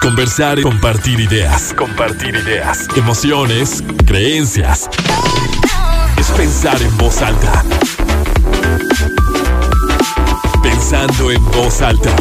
Conversar, compartir ideas, emociones, creencias. Es pensar en voz alta. Pensando en voz alta.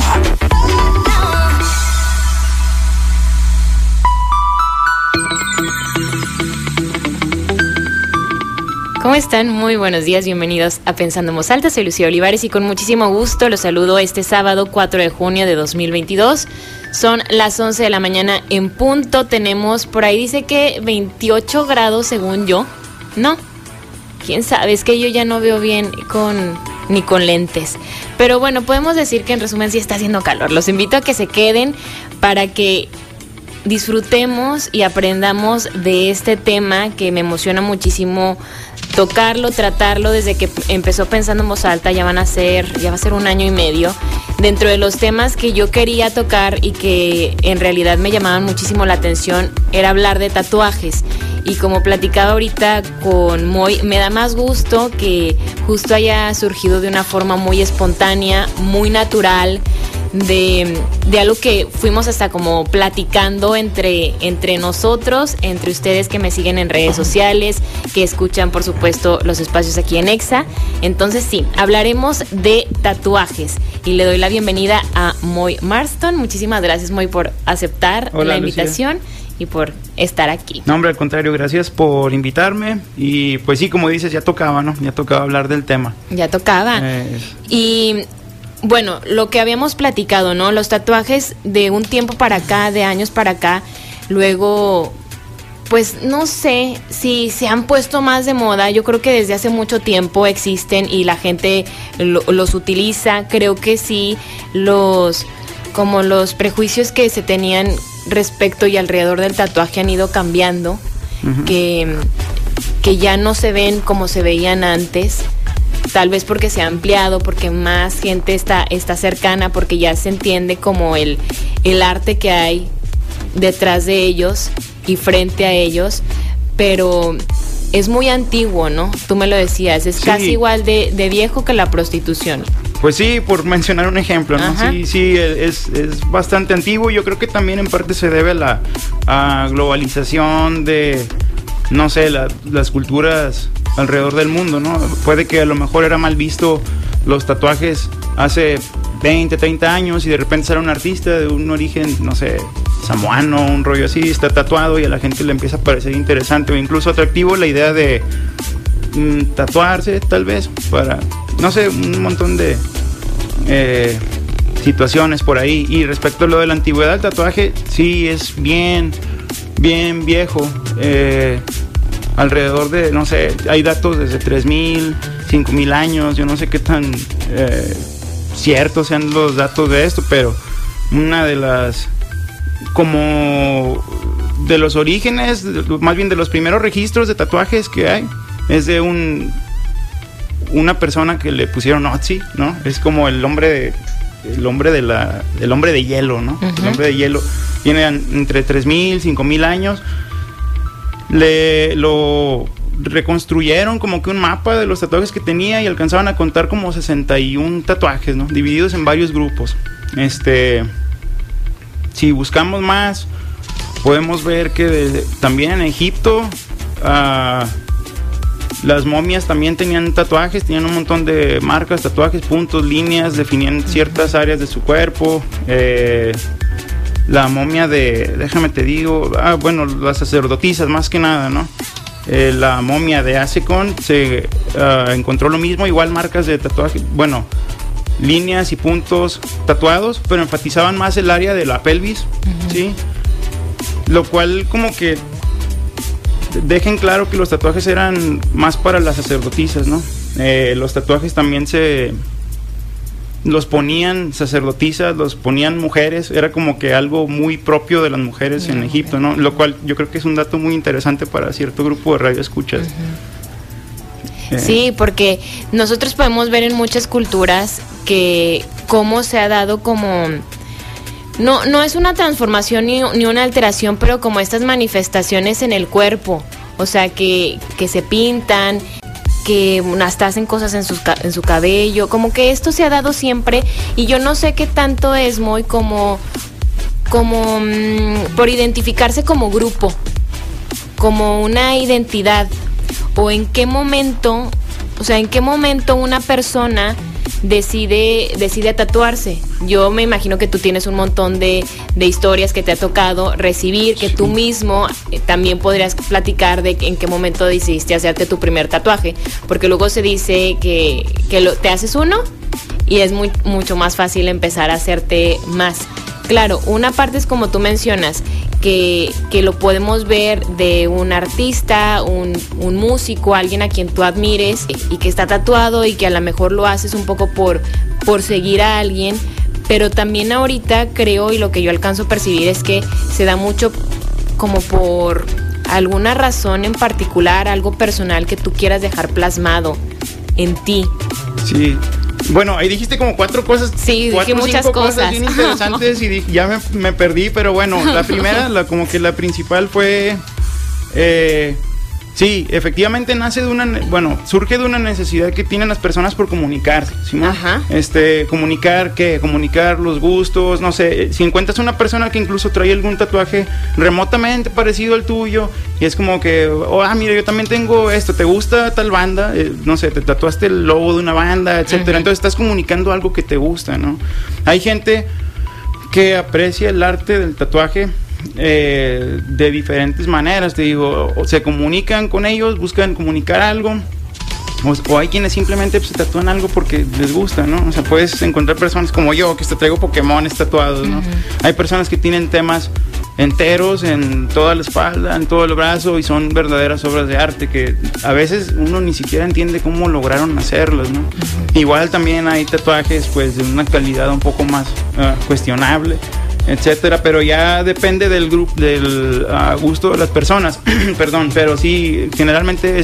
¿Cómo están? Muy buenos días, bienvenidos a Pensando en Voz Alta. Soy Lucía Olivares y con muchísimo gusto los saludo este sábado 4 de junio de 2022. Son las 11 de la mañana en punto. Tenemos por ahí, dice que 28 grados según yo. No, quién sabe, es que yo ya no veo bien ni con lentes. Pero bueno, podemos decir que en resumen sí está haciendo calor. Los invito a que se queden para que disfrutemos y aprendamos de este tema que me emociona muchísimo tocarlo, tratarlo desde que empezó Pensando en Voz Alta. Ya va a ser 1 año y medio. Dentro de los temas que yo quería tocar y que en realidad me llamaban muchísimo la atención era hablar de tatuajes. Y como platicaba ahorita con Moy, me da más gusto que justo haya surgido de una forma muy espontánea, muy natural, de algo que fuimos hasta como platicando entre nosotros, entre ustedes que me siguen en redes sociales, que escuchan por supuesto los espacios aquí en Exa. Entonces sí, hablaremos de tatuajes y le doy la bienvenida a Moy Marston. Muchísimas gracias, Moy, por aceptar la invitación. Lucía. Y por estar aquí. No, hombre, al contrario, gracias por invitarme. Y pues sí, como dices, ya tocaba, ¿no? Ya tocaba hablar del tema. Ya tocaba. Y bueno, lo que habíamos platicado, ¿no? Los tatuajes de un tiempo para acá, de años para acá, luego, pues no sé si se han puesto más de moda. Yo creo que desde hace mucho tiempo existen y la gente los utiliza. Creo que sí, como los prejuicios que se tenían respecto y alrededor del tatuaje han ido cambiando, uh-huh. que ya no se ven como se veían antes, tal vez porque se ha ampliado, porque más gente está cercana, porque ya se entiende como el arte que hay detrás de ellos y frente a ellos, pero es muy antiguo, ¿no? Tú me lo decías, es sí. Casi igual de viejo que la prostitución. Pues sí, por mencionar un ejemplo, ¿no? Ajá. Sí, es bastante antiguo. Yo creo que también en parte se debe a la globalización de, no sé, las culturas alrededor del mundo, ¿no? Puede que a lo mejor era mal visto los tatuajes hace 20, 30 años y de repente sale un artista de un origen, no sé, samoano, un rollo así, está tatuado y a la gente le empieza a parecer interesante o incluso atractivo la idea de tatuarse, tal vez, para, no sé, un montón de situaciones por ahí. Y respecto a lo de la antigüedad, el tatuaje sí es bien viejo, alrededor de, no sé, hay datos desde 3,000, 5,000 años. Yo no sé qué tan ciertos sean los datos de esto, pero una de las, como de los orígenes, más bien de los primeros registros de tatuajes que hay, es de una persona que le pusieron Otzi, ¿no? Es como el hombre de hielo, ¿no? Uh-huh. El hombre de hielo tiene entre 3,000, 5,000 años. Lo reconstruyeron como que un mapa de los tatuajes que tenía y alcanzaban a contar como 61 tatuajes, ¿no? Divididos en varios grupos. Si buscamos más, podemos ver que también en Egipto las momias también tenían tatuajes, tenían un montón de marcas, tatuajes, puntos, líneas, definían ciertas áreas de su cuerpo. La momia déjame te digo, las sacerdotisas más que nada, ¿no? La momia de Asekon se encontró lo mismo, igual marcas de tatuaje, líneas y puntos tatuados, pero enfatizaban más el área de la pelvis, uh-huh. ¿Sí? Lo cual como que dejen claro que los tatuajes eran más para las sacerdotisas, ¿no? Los tatuajes también los ponían sacerdotisas, los ponían mujeres, era como que algo muy propio de las mujeres en Egipto, ¿no? Lo cual yo creo que es un dato muy interesante para cierto grupo de radioescuchas. Uh-huh. Sí, porque nosotros podemos ver en muchas culturas que cómo se ha dado como... No es una transformación ni una alteración, pero como estas manifestaciones en el cuerpo, o sea, que se pintan, que hasta hacen cosas en su cabello, como que esto se ha dado siempre, y yo no sé qué tanto es muy como por identificarse como grupo, como una identidad, o en qué momento una persona decide tatuarse. Yo me imagino que tú tienes un montón de historias que te ha tocado recibir, que tú mismo también podrías platicar de en qué momento decidiste hacerte tu primer tatuaje, porque luego se dice que te haces uno y es mucho más fácil empezar a hacerte más. Claro, una parte es como tú mencionas, que lo podemos ver de un artista, un músico, alguien a quien tú admires y que está tatuado y que a lo mejor lo haces un poco por seguir a alguien, pero también ahorita creo, y lo que yo alcanzo a percibir es que se da mucho como por alguna razón en particular, algo personal que tú quieras dejar plasmado en ti. Sí. Bueno, ahí dijiste como 4 cosas. Sí, dije muchas cosas bien interesantes y ya me perdí, pero bueno, la primera, como que la principal fue... sí, efectivamente surge de una necesidad que tienen las personas por comunicarse, ¿sí? Ajá. Comunicar los gustos, no sé, si encuentras una persona que incluso trae algún tatuaje remotamente parecido al tuyo, y es como que, mira, yo también tengo esto, ¿te gusta tal banda? No sé, te tatuaste el logo de una banda, etcétera. Entonces estás comunicando algo que te gusta, ¿no? Hay gente que aprecia el arte del tatuaje de diferentes maneras, te digo, o se comunican con ellos, buscan comunicar algo, o hay quienes simplemente se tatúan algo porque les gusta, ¿no? O sea, puedes encontrar personas como yo que traigo Pokémones tatuados, ¿no? Hay personas que tienen temas enteros en toda la espalda, en todo el brazo, y son verdaderas obras de arte que a veces uno ni siquiera entiende cómo lograron hacerlas, ¿no? Igual también hay tatuajes pues de una calidad un poco más cuestionable, etcétera, pero ya depende del grupo, del gusto de las personas. Perdón, pero sí, generalmente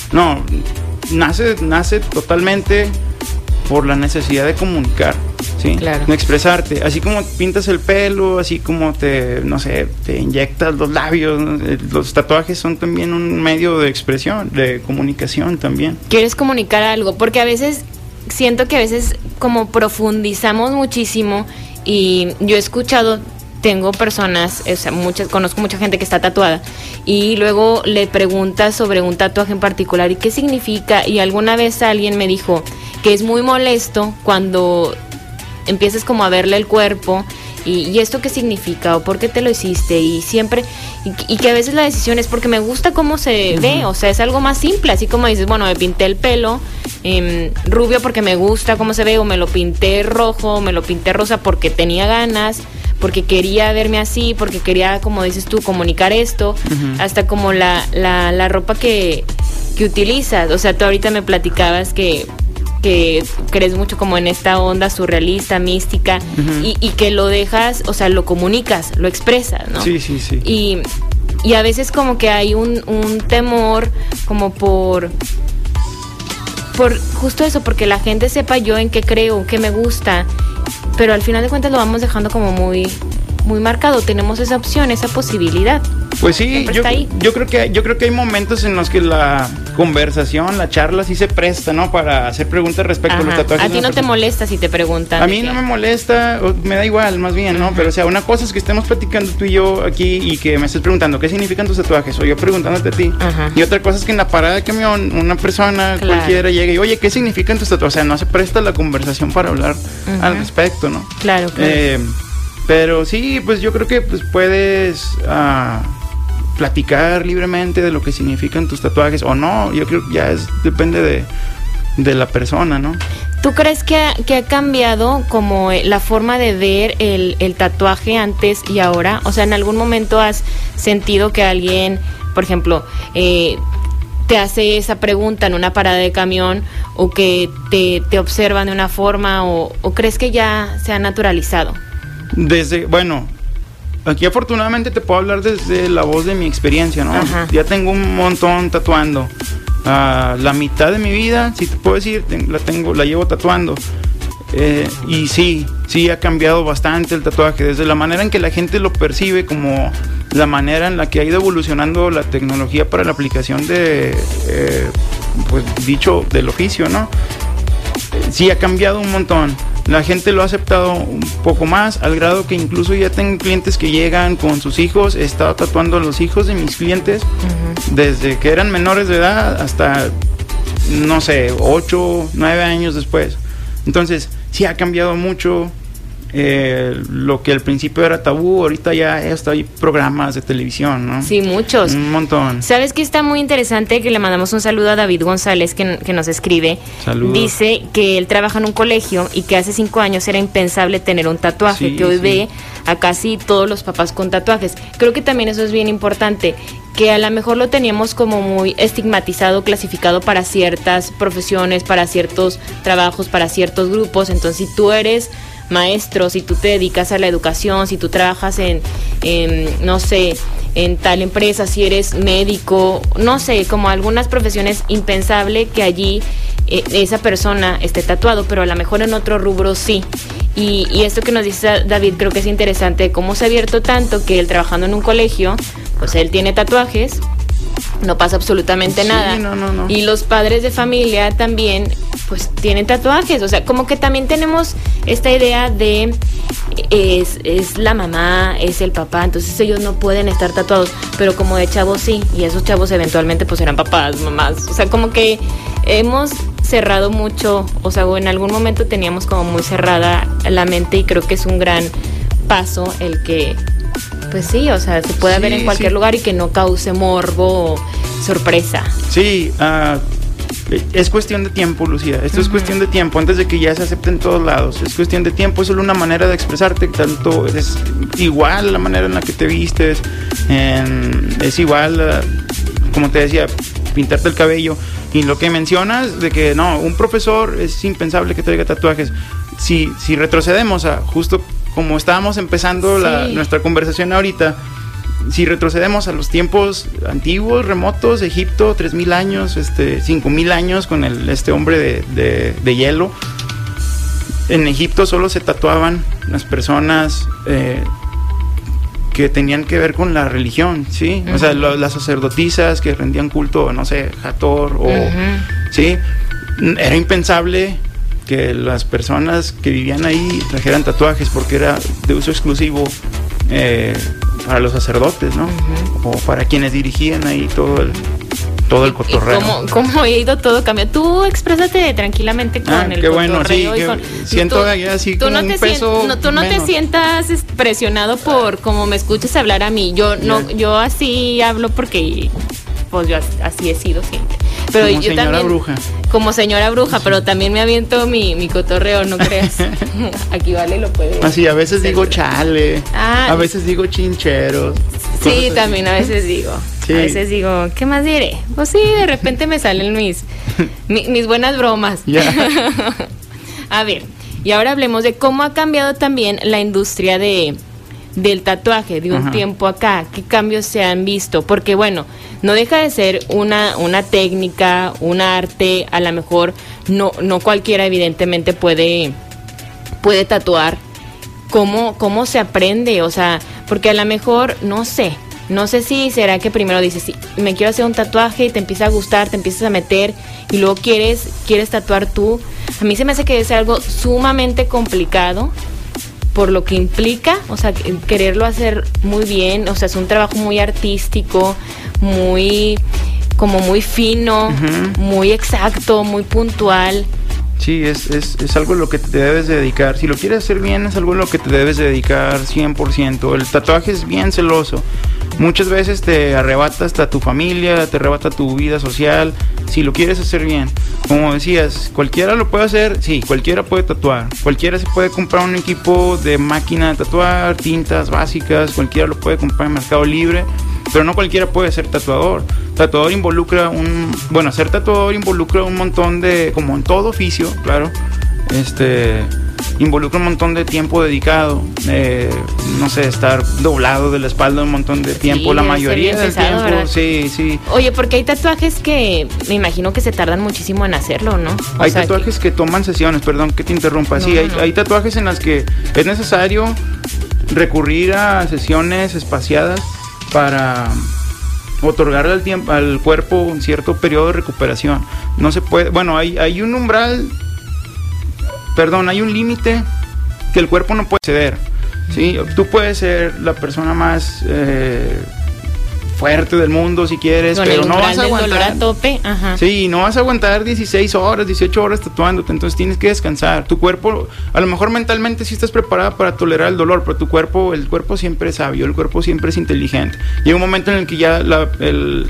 nace totalmente por la necesidad de comunicar, ¿sí? Claro. De expresarte, así como pintas el pelo, así como te inyectas los labios, ¿no? Los tatuajes son también un medio de expresión, de comunicación también. ¿Quieres comunicar algo? Porque a veces siento que como profundizamos muchísimo. Y yo he escuchado, tengo personas, conozco mucha gente que está tatuada, y luego le preguntas sobre un tatuaje en particular y qué significa, y alguna vez alguien me dijo que es muy molesto cuando empiezas como a verle el cuerpo y esto qué significa o por qué te lo hiciste, y siempre y que a veces la decisión es porque me gusta cómo se ve, o sea, es algo más simple, así como dices, bueno, me pinté el pelo rubio porque me gusta cómo se ve, o me lo pinté rojo, o me lo pinté rosa porque tenía ganas, porque quería verme así, porque quería, como dices tú, comunicar esto, hasta como la ropa que utilizas. O sea, tú ahorita me platicabas que crees mucho como en esta onda surrealista, mística, y que lo dejas, o sea, lo comunicas, lo expresas, ¿no? Sí, sí, sí. Y a veces como que hay un temor como por justo eso, porque la gente sepa yo en qué creo, qué me gusta, pero al final de cuentas lo vamos dejando como muy marcado. Tenemos esa opción, esa posibilidad. Pues sí, yo creo que hay momentos en los que la conversación, la charla sí se presta, ¿no? Para hacer preguntas respecto a los tatuajes. ¿A ti no te molesta si te preguntan? A mí no me molesta, me da igual, más bien, ¿no? Pero o sea, una cosa es que estemos platicando tú y yo aquí y que me estés preguntando qué significan tus tatuajes, o yo preguntándote a ti. Y otra cosa es que en la parada de camión una persona cualquiera llegue y, oye, ¿qué significan tus tatuajes? O sea, no se presta la conversación para hablar al respecto, ¿no? Claro. Pero sí, pues yo creo que pues puedes platicar libremente de lo que significan tus tatuajes o no. Yo creo que ya depende de la persona, ¿no? ¿Tú crees que ha cambiado como la forma de ver el tatuaje antes y ahora? O sea, ¿en algún momento has sentido que alguien, por ejemplo, te hace esa pregunta en una parada de camión, o que te observan de una forma, o crees que ya se ha naturalizado? Bueno, aquí afortunadamente te puedo hablar desde la voz de mi experiencia, ¿no? Ya tengo un montón tatuando. La mitad de mi vida, si te puedo decir, la llevo tatuando. Y sí ha cambiado bastante el tatuaje, desde la manera en que la gente lo percibe, como la manera en la que ha ido evolucionando la tecnología para la aplicación del oficio, ¿no? Sí ha cambiado un montón. la gente lo ha aceptado un poco más, al grado que incluso ya tengo clientes que llegan con sus hijos. He estado tatuando a los hijos de mis clientes desde que eran menores de edad hasta, no sé, 8, 9 años después. Entonces, sí ha cambiado mucho. Lo que al principio era tabú, ahorita ya hasta hay programas de televisión, ¿no? Sí, muchos. Un montón. ¿Sabes qué está muy interesante? Que le mandamos un saludo a David González, que nos escribe. Saludos. Dice que él trabaja en un colegio y que hace 5 años era impensable tener un tatuaje, Sí, que hoy sí. ve a casi todos los papás con tatuajes. Creo que también eso es bien importante, que a lo mejor lo teníamos como muy estigmatizado, clasificado para ciertas profesiones, para ciertos trabajos, para ciertos grupos. Entonces, si tú eres maestro, si tú te dedicas a la educación, si tú trabajas en no sé, en tal empresa, si eres médico, no sé, como algunas profesiones, impensable que allí esa persona esté tatuado, pero a lo mejor en otro rubro sí. Y esto que nos dice David creo que es interesante, cómo se ha abierto tanto que él trabajando en un colegio, pues él tiene tatuajes, no pasa absolutamente Sí, nada. no. Y los padres de familia también, pues tienen tatuajes. O sea, como que también tenemos esta idea de es la mamá, es el papá, entonces ellos no pueden estar tatuados, pero como de chavos sí, y esos chavos eventualmente pues eran papás, mamás. O sea, como que hemos cerrado mucho, o sea, o en algún momento teníamos como muy cerrada la mente, y creo que es un gran paso el que, pues sí, o sea, se puede ver en cualquier lugar y que no cause morbo o sorpresa. Sí, es cuestión de tiempo, Lucía. Esto es cuestión de tiempo, antes de que ya se acepte en todos lados. Es cuestión de tiempo, es solo una manera de expresarte. Tanto es igual la manera en la que te vistes, es igual, como te decía, pintarte el cabello. Y lo que mencionas de que no, un profesor es impensable que traiga tatuajes. Si retrocedemos a justo como estábamos empezando nuestra conversación ahorita, si retrocedemos a los tiempos antiguos, remotos, Egipto, 3,000 años, 5,000 años con este hombre de hielo. En Egipto solo se tatuaban las personas que tenían que ver con la religión, ¿sí? O sea, las sacerdotisas que rendían culto, no sé, Hathor, ¿sí? Era impensable que las personas que vivían ahí trajeran tatuajes porque era de uso exclusivo para los sacerdotes, ¿no? O para quienes dirigían ahí todo el cotorreo. ¿Y cómo ha ido todo cambio? Tú exprésate tranquilamente con el qué bueno, cotorreo. sí, siento así como un peso tú no te sientas presionado por como me escuches hablar a mí. Yo así hablo porque pues yo así he sido siempre. Pero como yo señora también, bruja. Como señora bruja, sí. Pero también me aviento mi cotorreo, ¿no creas? Aquí Vale lo puede. Así, a veces digo chale, a veces digo chincheros. Sí, también a veces digo. Sí. A veces digo, ¿qué más diré? Pues sí, de repente me salen mis buenas bromas. A ver, y ahora hablemos de cómo ha cambiado también la industria del tatuaje de un tiempo acá. ¿Qué cambios se han visto? Porque bueno, no deja de ser una técnica, un arte. A lo mejor no cualquiera evidentemente puede tatuar. ¿Cómo se aprende? O sea, porque a lo mejor, no sé si será que primero dices, sí, me quiero hacer un tatuaje y te empieza a gustar, te empiezas a meter y luego quieres tatuar tú. A mí se me hace que es algo sumamente complicado por lo que implica, o sea, quererlo hacer muy bien, o sea, es un trabajo muy artístico, muy fino, muy exacto, muy puntual. Sí, es algo a lo que te debes de dedicar. Si lo quieres hacer bien, es algo a lo que te debes de dedicar 100%. El tatuaje es bien celoso. Muchas veces te arrebata hasta tu familia, te arrebata tu vida social. Si lo quieres hacer bien, como decías, cualquiera lo puede hacer. Sí, cualquiera puede tatuar. Cualquiera se puede comprar un equipo de máquina de tatuar, tintas básicas. Cualquiera lo puede comprar en Mercado Libre. Pero no cualquiera puede ser tatuador. Ser tatuador involucra un montón de, como en todo oficio, claro, involucra un montón de tiempo dedicado, no sé, estar doblado de la espalda un montón de tiempo, sí, la mayoría del tiempo, ¿verdad? Sí. Oye, porque hay tatuajes que me imagino que se tardan muchísimo en hacerlo, ¿no? Hay tatuajes que toman sesiones, perdón que te interrumpa, hay tatuajes en las que es necesario recurrir a sesiones espaciadas para otorgarle al cuerpo un cierto periodo de recuperación. No se puede, bueno, hay un umbral hay un límite que el cuerpo no puede ceder, ¿sí? Tú puedes ser la persona más fuerte del mundo si quieres, con pero el no vas a dolor aguantar. a tope. Ajá. Sí, no vas a aguantar 16 horas, 18 horas tatuándote, entonces tienes que descansar. Tu cuerpo, a lo mejor mentalmente sí estás preparada para tolerar el dolor, pero el cuerpo siempre es sabio, el cuerpo siempre es inteligente. Llega un momento en el que ya el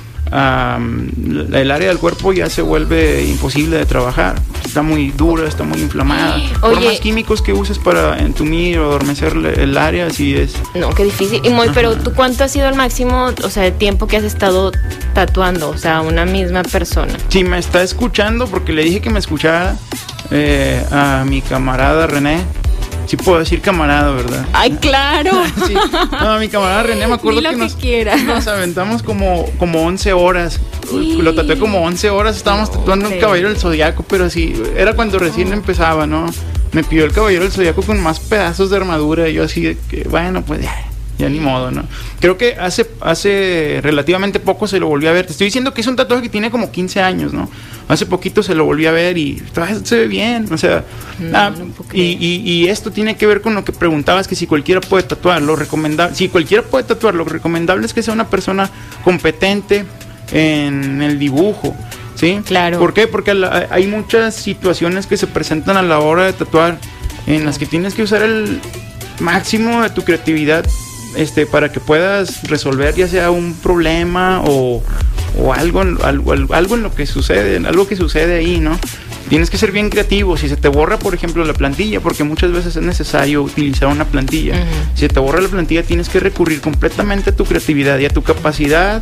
área del cuerpo ya se vuelve imposible de trabajar. Está muy dura, está muy inflamada. Por más químicos que uses para entumir o adormecer el área, así es. No, qué difícil. Y Moy, pero ¿tú cuánto ha sido el máximo, o sea, de tiempo que has estado tatuando? O sea, una misma persona. Si me está escuchando, porque le dije que me escuchara, a mi camarada René. Sí puedo decir camarada, ¿verdad? ¡Ay, claro! Sí. No, mi camarada René, me acuerdo que nos aventamos como 11 horas. Sí. Lo tatué como 11 horas, estábamos tatuando un Caballero del Zodiaco, pero sí, era cuando recién empezaba, ¿no? Me pidió el Caballero del Zodiaco con más pedazos de armadura y yo así de que, bueno, pues ya ni modo, ¿no? Creo que hace relativamente poco se lo volví a ver. Te estoy diciendo que es un tatuaje que tiene como 15 años, ¿no? Hace poquito se lo volví a ver y se ve bien, o sea, y esto tiene que ver con lo que preguntabas, que si cualquiera puede tatuar, lo recomendable es que sea una persona competente en el dibujo, ¿sí? Claro. ¿Por qué? Porque hay muchas situaciones que se presentan a la hora de tatuar en las que tienes que usar el máximo de tu creatividad para que puedas resolver ya sea un problema o algo en lo que sucede, algo que sucede ahí, ¿no? Tienes que ser bien creativo. Si se te borra, por ejemplo, la plantilla, porque muchas veces es necesario utilizar una plantilla. Si se te borra la plantilla, tienes que recurrir completamente a tu creatividad y a tu capacidad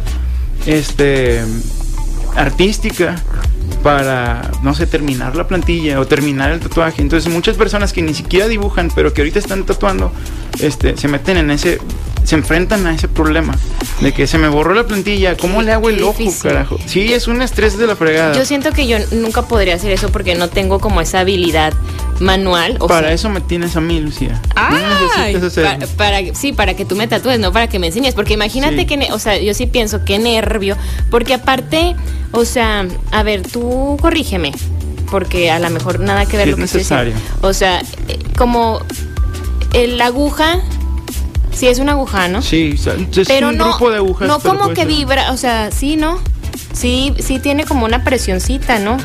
artística para, no sé, terminar la plantilla o terminar el tatuaje. Entonces muchas personas que ni siquiera dibujan, pero que ahorita están tatuando, se meten se enfrentan a ese problema de que se me borró la plantilla, ¿cómo le hago el ojo, carajo? Sí, es un estrés de la fregada. Yo siento que yo nunca podría hacer eso porque no tengo como esa habilidad manual. Para eso me tienes a mí, Lucía. No necesitas hacer. Para que tú me tatúes, no para que me enseñes, porque imagínate que, o sea, yo sí pienso que nervio, porque aparte, o sea, a ver, tú corrígeme, porque a lo mejor nada que ver lo que estoy diciendo. O sea, como la aguja. Sí, es una aguja, ¿no? Sí, es pero un grupo de agujas. No como que vibra, o sea, sí, ¿no? Sí tiene como una presioncita, ¿no?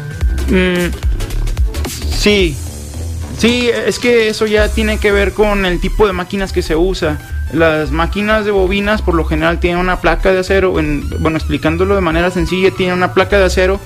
Sí, es que eso ya tiene que ver con el tipo de máquinas que se usa. Las máquinas de bobinas por lo general tienen una placa de acero, bueno, explicándolo de manera sencilla, tienen una placa de acero,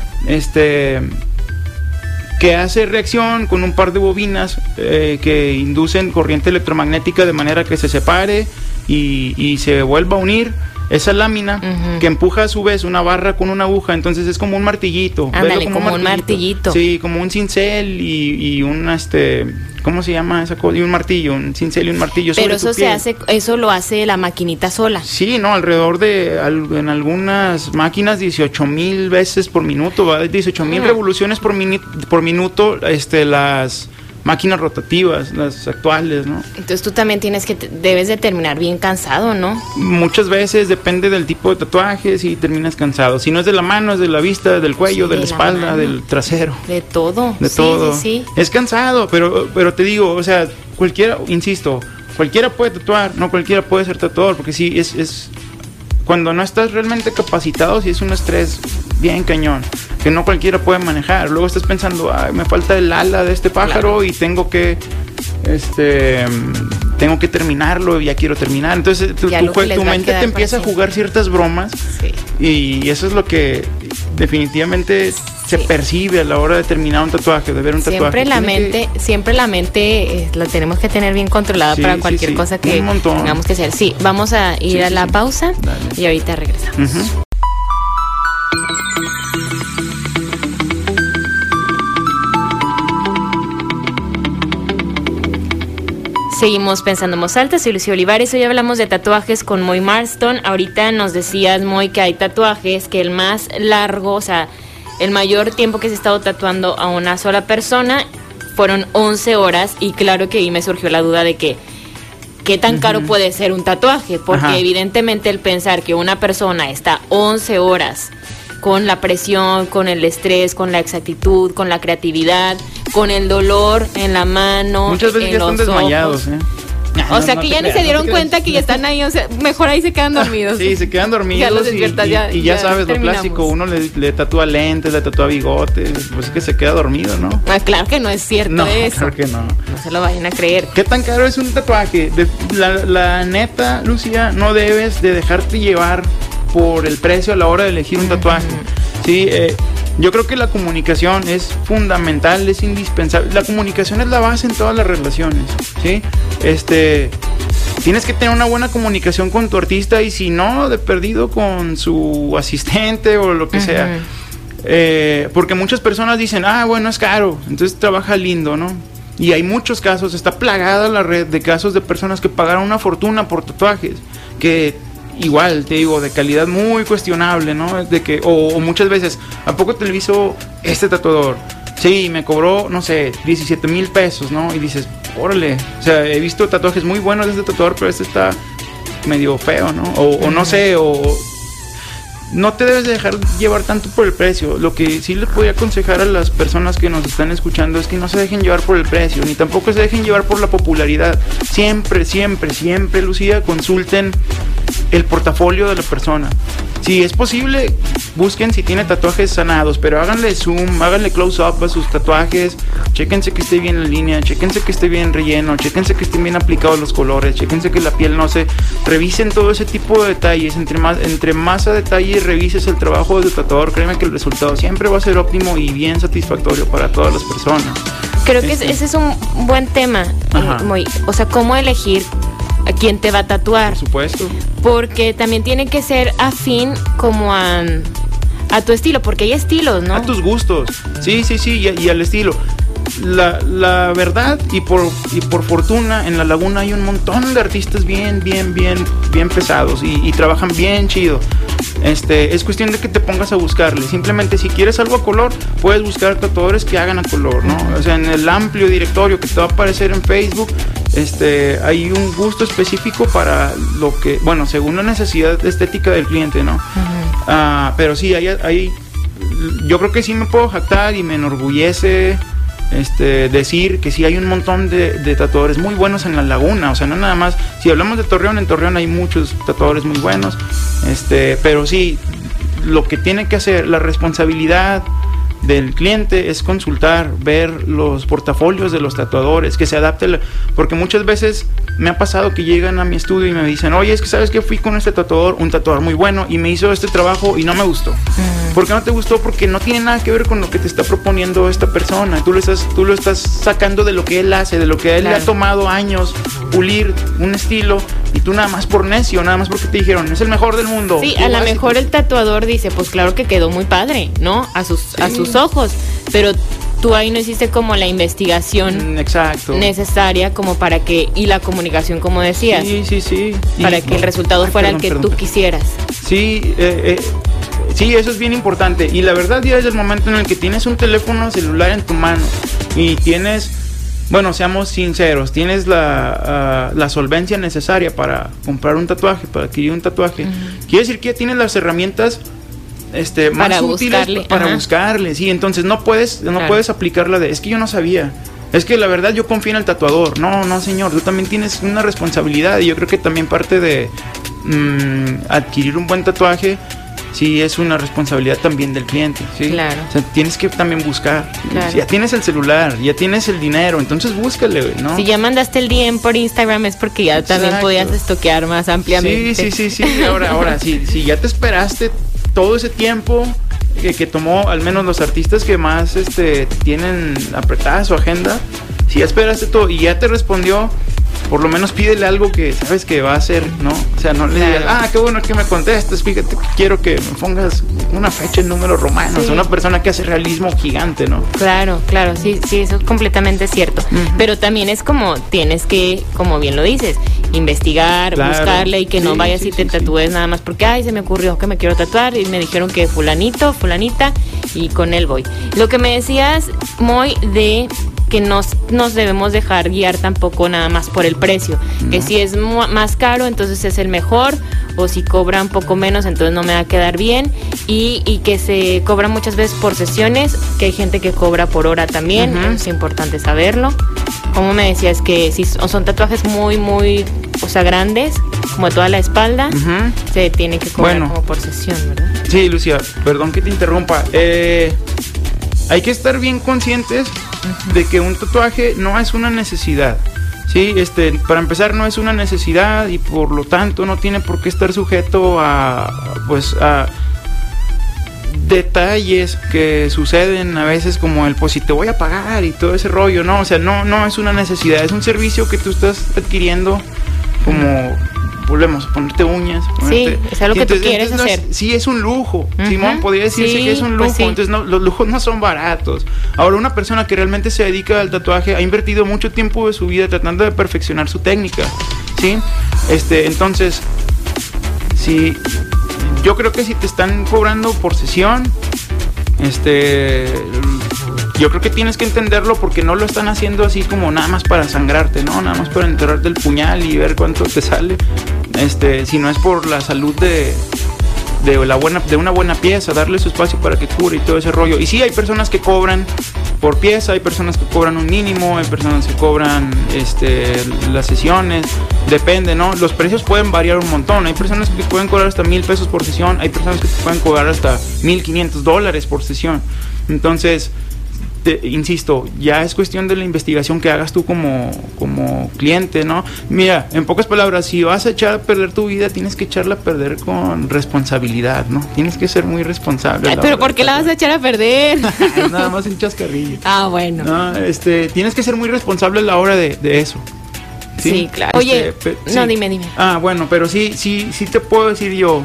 que hace reacción con un par de bobinas que inducen corriente electromagnética de manera que se separe y se vuelva a unir esa lámina, que empuja a su vez una barra con una aguja. Entonces es como un martillito. Ándale, como un martillito. Sí, como un cincel y un ¿cómo se llama esa cosa? Y un martillo, un cincel y un martillo. Pero eso lo hace la maquinita sola. Sí, no, alrededor en algunas máquinas 18,000 veces por minuto, ¿va? 18,000 revoluciones por minuto, las máquinas rotativas, las actuales, ¿no? Entonces tú también debes de terminar bien cansado, ¿no? Muchas veces depende del tipo de tatuaje, si terminas cansado. Si no es de la mano, es de la vista, del cuello, de la espalda, del trasero. De todo. De todo. Sí. Es cansado, pero te digo, o sea, cualquiera puede tatuar, no cualquiera puede ser tatuador, porque sí, es cuando no estás realmente capacitado, sí es un estrés bien cañón, que no cualquiera puede manejar. Luego estás pensando, me falta el ala de este pájaro, claro, y tengo que terminarlo y ya quiero terminar. Entonces tu mente te empieza a jugar ciertas bromas, y eso es lo que definitivamente se percibe a la hora de terminar un tatuaje, de ver un tatuaje. Siempre la mente la tenemos que tener bien controlada para cualquier cosa que tengamos que hacer. Sí, vamos a ir a la pausa. Dale. Y ahorita regresamos. Seguimos pensando en voz alta, soy Lucía Olivares. Hoy hablamos de tatuajes con Moy Marston. Ahorita nos decías, Moy, que hay tatuajes que el más largo, o sea, el mayor tiempo que se ha estado tatuando a una sola persona fueron 11 horas. Y claro que ahí me surgió la duda de que qué tan caro puede ser un tatuaje, porque evidentemente el pensar que una persona está 11 horas con la presión, con el estrés, con la exactitud, con la creatividad, con el dolor en la mano, muchas veces en ya están los desmayados, ojos. O sea que ya ni se dieron cuenta que ya están ahí, o sea, mejor ahí se quedan dormidos. Sí, se quedan dormidos. Ya los despiertas, y ya sabes, terminamos. lo clásico, uno le tatúa lentes, le tatúa bigotes, pues es que se queda dormido, ¿no? Claro que no es cierto No, eso. claro que no. No se lo vayan a creer. ¿Qué tan caro es un tatuaje? La neta, Lucía, no debes de dejarte llevar por el precio a la hora de elegir un tatuaje. Sí, yo creo que la comunicación es fundamental, es indispensable. La comunicación es la base en todas las relaciones, ¿sí? Tienes que tener una buena comunicación con tu artista y si no, de perdido con su asistente o lo que sea. Porque muchas personas dicen, bueno, es caro, entonces trabaja lindo, ¿no? Y hay muchos casos, está plagada la red de casos de personas que pagaron una fortuna por tatuajes, que igual, te digo, de calidad muy cuestionable, ¿no? De que, o muchas veces, ¿a poco te lo hizo este tatuador? Sí, me cobró, no sé, 17,000 pesos, ¿no? Y dices, órale, o sea, he visto tatuajes muy buenos de este tatuador, pero este está medio feo, ¿no? O no sé, no te debes de dejar llevar tanto por el precio. Lo que sí les voy a aconsejar a las personas que nos están escuchando es que no se dejen llevar por el precio, ni tampoco se dejen llevar por la popularidad. Siempre, siempre, siempre, Lucía, consulten el portafolio de la persona. Si es posible, busquen si tiene tatuajes sanados, pero háganle zoom, háganle close-up a sus tatuajes, chéquense que esté bien la línea, chéquense que esté bien relleno, chéquense que estén bien aplicados los colores, chéquense que la piel no se... Revisen todo ese tipo de detalles, entre más a detalle revises el trabajo del tatuador, créeme que el resultado siempre va a ser óptimo y bien satisfactorio para todas las personas. Creo que ese es un buen tema, o sea, cómo elegir a quién te va a tatuar. Por supuesto. Porque también tiene que ser afín como a tu estilo, porque hay estilos, ¿no? A tus gustos, sí, y al estilo. La verdad, y por fortuna, en La Laguna hay un montón de artistas bien pesados y trabajan bien chido. Es cuestión de que te pongas a buscarle. Simplemente si quieres algo a color, puedes buscar tatuadores que hagan a color, ¿no? O sea, en el amplio directorio que te va a aparecer en Facebook, hay un gusto específico para lo que, bueno, según la necesidad estética del cliente, ¿no? Pero sí, yo creo que sí me puedo jactar y me enorgullece decir que sí hay un montón de tatuadores muy buenos en La Laguna. O sea, no nada más, si hablamos de Torreón, en Torreón hay muchos tatuadores muy buenos, pero sí, lo que tiene que hacer, la responsabilidad del cliente es consultar, ver los portafolios de los tatuadores, que se adapte, porque muchas veces me ha pasado que llegan a mi estudio y me dicen, oye, es que sabes que fui con este tatuador, un tatuador muy bueno, y me hizo este trabajo y no me gustó. ¿Por qué no te gustó? Porque no tiene nada que ver con lo que te está proponiendo esta persona. Tú lo estás sacando de lo que él hace, de lo que a él le ha tomado años pulir un estilo, y tú nada más por necio, nada más porque te dijeron, es el mejor del mundo. Sí, a lo mejor el tatuador dice, pues claro que quedó muy padre, ¿no? A sus ojos, pero tú ahí no hiciste como la investigación necesaria como para que, y la comunicación, como decías, sí, para que el resultado fuera el que tú quisieras. Sí, sí, eso es bien importante. Y la verdad, ya desde el momento en el que tienes un teléfono celular en tu mano y tienes, bueno, seamos sinceros, tienes la solvencia necesaria para comprar un tatuaje, para adquirir un tatuaje, quiere decir que ya tienes las herramientas más para útiles para buscarle, sí. Entonces no puedes aplicarla de, es que yo no sabía, es que la verdad yo confío en el tatuador. No, señor, tú también tienes una responsabilidad, y yo creo que también parte de adquirir un buen tatuaje, sí, es una responsabilidad también del cliente, ¿sí? Claro. O sea, tienes que también buscar. Claro. Si ya tienes el celular, ya tienes el dinero, entonces búscale, ¿no? Si ya mandaste el DM por Instagram es porque ya también podías estoquear más ampliamente. Sí. Ahora, si ya te esperaste todo ese tiempo que tomó, al menos los artistas que más tienen apretada su agenda, si ya esperaste todo y ya te respondió, por lo menos pídele algo que sabes que va a hacer, ¿no? O sea, no le digas, qué bueno que me contestes, fíjate que quiero que me pongas una fecha en números romanos, una persona que hace realismo gigante, ¿no? Claro, sí, eso es completamente cierto. Pero también es como, tienes que, como bien lo dices, investigar, buscarle, y que no vayas y te tatúes nada más porque, se me ocurrió que me quiero tatuar y me dijeron que fulanito, fulanita, y con él voy. Lo que me decías, Moy, de que nos debemos dejar guiar tampoco nada más por el precio, que si es más caro entonces es el mejor, o si cobra un poco menos, entonces no me va a quedar bien, y que se cobra muchas veces por sesiones, que hay gente que cobra por hora también, es importante saberlo. Como me decías, que si son tatuajes muy, muy, o sea, grandes, como de toda la espalda, se tiene que cobrar como por sesión, ¿verdad? Sí, Lucía, perdón que te interrumpa. Hay que estar bien conscientes de que un tatuaje no es una necesidad. Sí, para empezar, no es una necesidad y por lo tanto no tiene por qué estar sujeto a detalles que suceden a veces, como el pues si te voy a pagar y todo ese rollo, ¿no? O sea, no es una necesidad, es un servicio que tú estás adquiriendo, como volvemos a ponerte uñas. Sí, es algo que tú quieres hacer. Sí, es un lujo, Simón, podría decirse que es un lujo, pues sí. Entonces los lujos no son baratos. Ahora, una persona que realmente se dedica al tatuaje ha invertido mucho tiempo de su vida tratando de perfeccionar su técnica, ¿sí? Entonces, sí, yo creo que si te están cobrando por sesión, yo creo que tienes que entenderlo, porque no lo están haciendo así como nada más para sangrarte, ¿no? Nada más para enterrarte el puñal y ver cuánto te sale. Si no es por la salud de una buena pieza, darle su espacio para que cure y todo ese rollo. Y sí, hay personas que cobran por pieza, hay personas que cobran un mínimo, hay personas que cobran las sesiones, depende, ¿no? Los precios pueden variar un montón. Hay personas que pueden cobrar hasta $1,000 por sesión, hay personas que pueden cobrar hasta $1,500 por sesión. Entonces, insisto, ya es cuestión de la investigación que hagas tú como cliente, ¿no? Mira, en pocas palabras, si vas a echar a perder tu vida, tienes que echarla a perder con responsabilidad, ¿no? Tienes que ser muy responsable. Ay, pero ¿por qué la vas a echar a perder? Nada más un chascarrillo. Bueno. No, tienes que ser muy responsable a la hora de eso. Sí, claro. Oye, no, dime. Bueno, pero sí te puedo decir yo,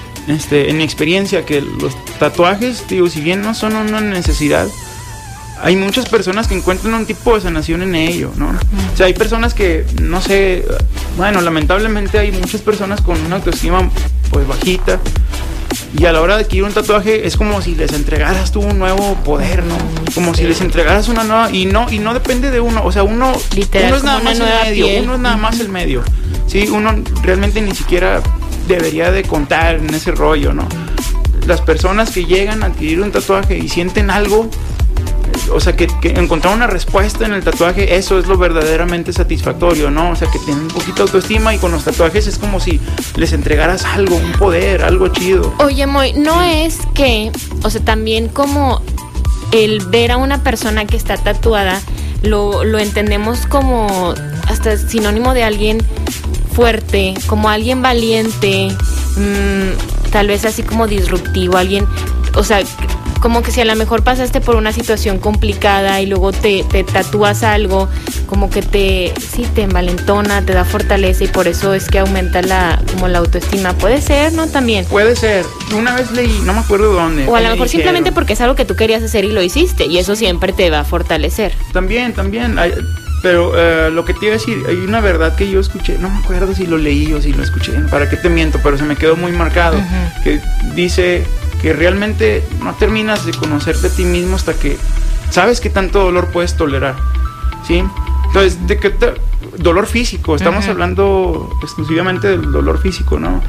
en mi experiencia, que los tatuajes, digo, si bien no son una necesidad, hay muchas personas que encuentran un tipo de sanación en ello, ¿no? O sea, hay personas que, no sé, bueno, lamentablemente hay muchas personas con una autoestima pues bajita, y a la hora de adquirir un tatuaje es como si les entregaras tú un nuevo poder, ¿no? Como si les entregaras una nueva, y no depende de uno, o sea, uno es nada más el medio, uno es nada más el medio, sí, uno realmente ni siquiera debería de contar en ese rollo, ¿no? Las personas que llegan a adquirir un tatuaje y sienten algo, o sea, que encontrar una respuesta en el tatuaje, eso es lo verdaderamente satisfactorio, ¿no? O sea, que tienen un poquito de autoestima, y con los tatuajes es como si les entregaras algo, un poder, algo chido. Oye, Moy, no es que, o sea, también como el ver a una persona que está tatuada, lo entendemos como hasta sinónimo de alguien fuerte, como alguien valiente, tal vez así como disruptivo, alguien, o sea, como que si a lo mejor pasaste por una situación complicada y luego te tatúas algo, como que te envalentona, te da fortaleza, y por eso es que aumenta la autoestima. Puede ser, ¿no? También. Puede ser. Una vez leí, no me acuerdo dónde. O a lo mejor simplemente porque es algo que tú querías hacer y lo hiciste, y eso siempre te va a fortalecer. También. Pero lo que te iba a decir, hay una verdad que yo escuché, no me acuerdo si lo leí o si lo escuché, para qué te miento, pero se me quedó muy marcado, que dice que realmente no terminas de conocerte a ti mismo hasta que sabes qué tanto dolor puedes tolerar, ¿sí? Entonces, ¿de qué dolor físico? Estamos hablando exclusivamente del dolor físico, ¿no?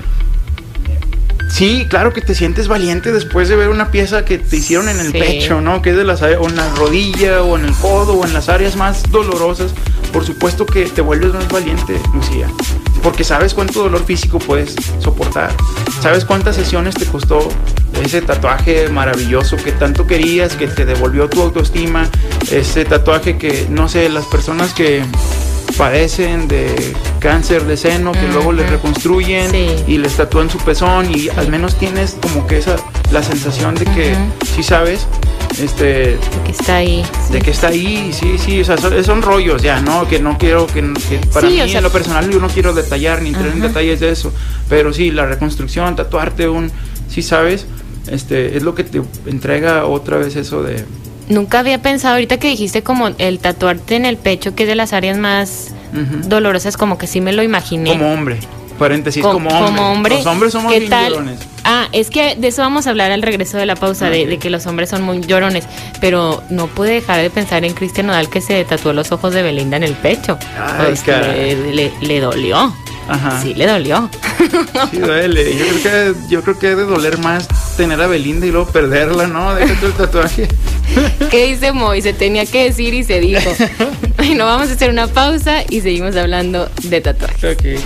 Sí, claro que te sientes valiente después de ver una pieza que te hicieron en el pecho, ¿no? Que es de las áreas, o en la rodilla, o en el codo, o en las áreas más dolorosas. Por supuesto que te vuelves más valiente, Lucía, porque sabes cuánto dolor físico puedes soportar. Sabes cuántas sesiones te costó ese tatuaje maravilloso que tanto querías, que te devolvió tu autoestima. Ese tatuaje que, no sé, las personas que padecen de cáncer de seno, que luego les reconstruyen y les tatúan su pezón, y al menos tienes como que la sensación de que sí sabes, de que está ahí, de que está ahí, sí, o sea, son rollos ya, ¿no? Que no quiero que para mí, o sea, en lo personal, yo no quiero detallar ni entrar en detalles de eso, pero sí, la reconstrucción, tatuarte sí sabes, es lo que te entrega otra vez eso de... Nunca había pensado, ahorita que dijiste como el tatuarte en el pecho, que es de las áreas más dolorosas, como que sí me lo imaginé. Como hombre, paréntesis, como hombre. Los hombres somos bien llorones. Es que de eso vamos a hablar al regreso de la pausa, de que los hombres son muy llorones, pero no pude dejar de pensar en Cristian Nodal, que se tatuó los ojos de Belinda en el pecho. Ay, le dolió. Ajá. Sí le dolió. Sí duele. Yo creo que debe doler más tener a Belinda y luego perderla, ¿no? Déjate el tatuaje. ¿Qué dice Moy? Se tenía que decir y se dijo. Bueno, vamos a hacer una pausa y seguimos hablando de tatuajes. Ok.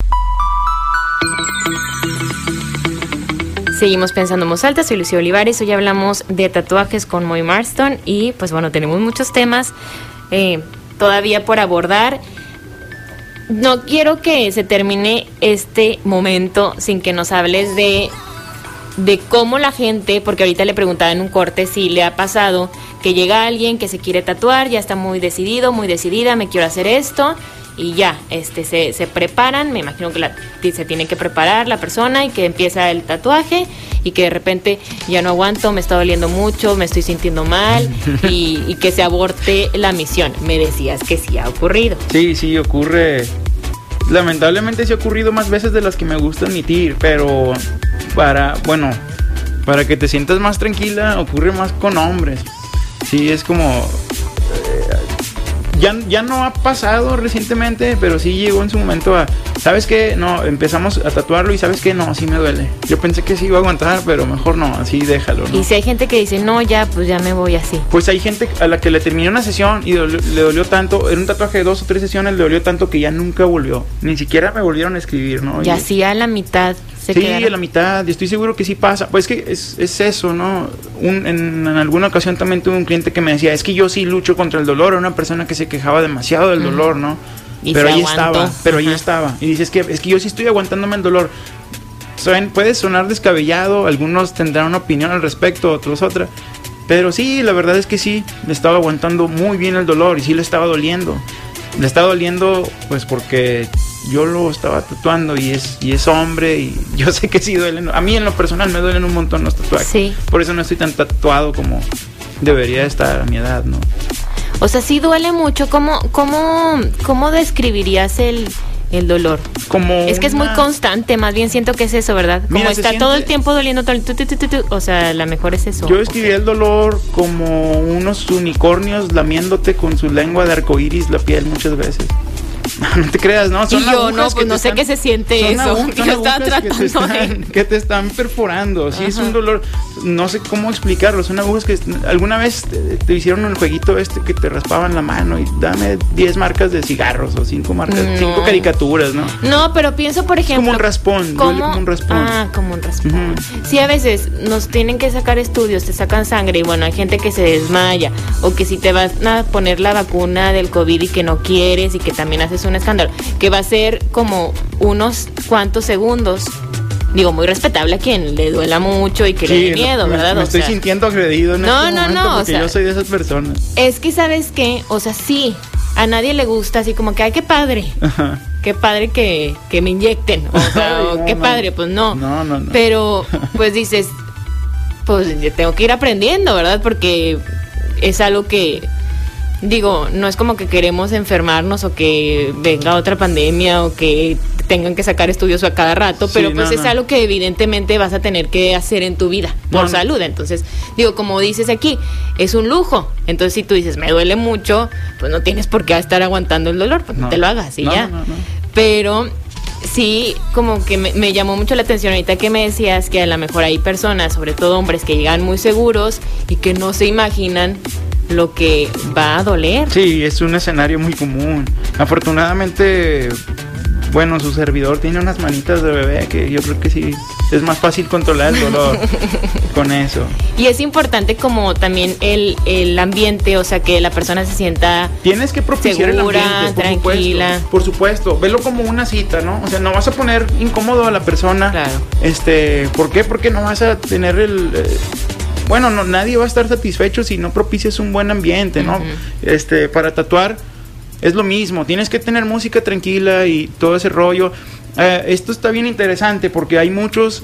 Seguimos pensando en voz alta, soy Lucía Olivares. Hoy hablamos de tatuajes con Moy Marston y pues bueno, tenemos muchos temas todavía por abordar. No quiero que se termine este momento sin que nos hables de cómo la gente, porque ahorita le preguntaba en un corte si le ha pasado que llega alguien que se quiere tatuar, ya está muy decidido, muy decidida, me quiero hacer esto, y ya, se preparan, me imagino que se tiene que preparar la persona y que empieza el tatuaje y que de repente ya no aguanto, me está doliendo mucho, me estoy sintiendo mal y que se aborte la misión. Me decías que sí ha ocurrido. Sí, ocurre. Lamentablemente sí ha ocurrido más veces de las que me gusta admitir, pero para que te sientas más tranquila, ocurre más con hombres. Sí, es como... Ya no ha pasado recientemente, pero sí llegó en su momento a... ¿Sabes qué? No, empezamos a tatuarlo y ¿sabes qué? No, sí me duele. Yo pensé que sí iba a aguantar, pero mejor no, así déjalo, ¿no? Y si hay gente que dice, no, ya, pues ya me voy así. Pues hay gente a la que le terminó una sesión y le dolió tanto, era un tatuaje de 2 o 3 sesiones, le dolió tanto que ya nunca volvió. Ni siquiera me volvieron a escribir, ¿no? Y así a la mitad se sí, quedaron. a la mitad, y estoy seguro que sí pasa. Pues es que es eso, ¿no? En alguna ocasión también tuve un cliente que me decía, es que yo sí lucho contra el dolor, era una persona que se quejaba demasiado del dolor, ¿no? Y pero ahí aguantó. estaba, pero ahí estaba. Y dices que es que yo sí estoy aguantándome el dolor. Puede sonar descabellado, algunos tendrán una opinión al respecto, otros otra. Pero sí, la verdad es que sí, le estaba aguantando muy bien el dolor y sí le estaba doliendo. Le estaba doliendo pues porque yo lo estaba tatuando y es hombre y yo sé que sí duelen. A mí en lo personal me duelen un montón los tatuajes. Sí. Por eso no estoy tan tatuado como debería estar a mi edad, ¿no? O sea, sí duele mucho. ¿Cómo describirías el dolor? Es que es muy constante, más bien siento que es eso, ¿verdad? Como Mira, está todo el tiempo doliendo, o sea, la mejor es eso. Yo describiría el dolor como unos unicornios lamiéndote con su lengua de arcoíris la piel muchas veces. No te creas, ¿no? Son y yo no, pues no sé qué se siente eso. Yo estaba tratando que te están perforando. Sí, es un dolor, no sé cómo explicarlo. Son agujas que alguna vez te hicieron un jueguito que te raspaban la mano y dame 10 marcas de cigarros o 5 marcas, 5 caricaturas, ¿no? No, pero pienso, por ejemplo, como un raspón, duele como un raspón. Ah, como un raspón. Sí, a veces nos tienen que sacar estudios, te sacan sangre y bueno, hay gente que se desmaya o que si te vas a poner la vacuna del COVID y que no quieres y que también haces un escándalo, que va a ser como unos cuantos segundos. Digo, muy respetable a quien le duela mucho y que le dé miedo, ¿verdad? Me estoy sintiendo agredido en este momento porque o sea, yo soy de esas personas. Es que, ¿sabes qué? O sea, sí, a nadie le gusta así como que, ay, qué padre. Ajá. Qué padre que me inyecten. O sea, ay, qué padre, pues no. No. Pero, pues dices, pues yo tengo que ir aprendiendo, ¿verdad? Porque es algo que... Digo, no es como que queremos enfermarnos o que venga otra pandemia o que tengan que sacar estudios a cada rato, pero pues es algo que evidentemente vas a tener que hacer en tu vida por salud. Entonces, digo, como dices aquí, es un lujo. Entonces, si tú dices, me duele mucho, pues no tienes por qué estar aguantando el dolor, pues no te lo hagas y ya. No. Pero sí, como que me llamó mucho la atención ahorita que me decías que a lo mejor hay personas, sobre todo hombres, que llegan muy seguros y que no se imaginan lo que va a doler. Sí, es un escenario muy común. Afortunadamente, bueno, su servidor tiene unas manitas de bebé que yo creo que sí es más fácil controlar el dolor con eso. Y es importante como también el ambiente, o sea, que la persona se sienta tienes que propiciar segura, el ambiente, tranquila. Por supuesto, velo como una cita, ¿no? O sea, no vas a poner incómodo a la persona. Claro. ¿Por qué? Porque no vas a tener bueno, nadie va a estar satisfecho si no propicias un buen ambiente, ¿no? Para tatuar es lo mismo, tienes que tener música tranquila y todo ese rollo. Esto está bien interesante porque hay muchos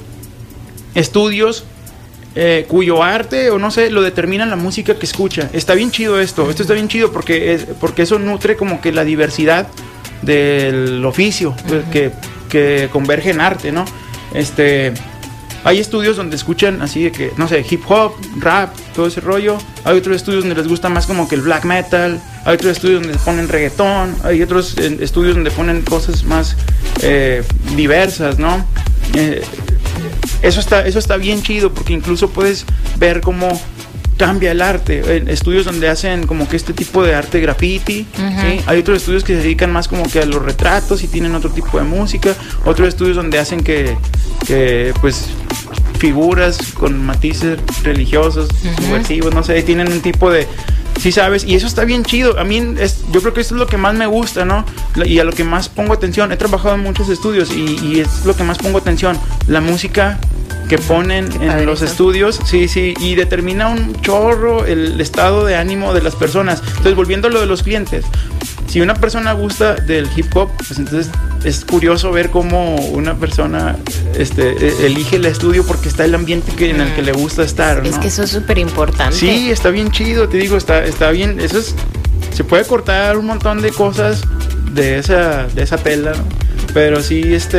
estudios cuyo arte, o no sé, lo determina la música que escucha. Está bien chido esto está bien chido porque eso nutre como que la diversidad del oficio que converge en arte, ¿no? Hay estudios donde escuchan así de que, no sé, hip hop, rap, todo ese rollo. Hay otros estudios donde les gusta más como que el black metal. Hay otros estudios donde ponen reggaetón. Hay otros estudios donde ponen cosas más diversas, ¿no? Eso está bien chido, porque incluso puedes ver cómo cambia el arte. Estudios donde hacen como que este tipo de arte graffiti, ¿sí? Hay otros estudios que se dedican más como que a los retratos y tienen otro tipo de música. Otros estudios donde hacen que pues figuras con matices religiosos, subversivos, no sé, tienen un tipo de... Sí, sabes, y eso está bien chido. A mí yo creo que eso es lo que más me gusta, ¿no? Y a lo que más pongo atención. He trabajado en muchos estudios y es lo que más pongo atención. La música que ponen en los estudios, sí, y determina un chorro el estado de ánimo de las personas. Entonces, volviendo a lo de los clientes, si una persona gusta del hip hop, pues entonces es curioso ver cómo una persona elige el estudio porque está el ambiente en el que le gusta estar, ¿no? Es que eso es súper importante. Sí, está bien chido, te digo, está bien. Eso es, se puede cortar un montón de cosas de esa tela, ¿no? Pero sí,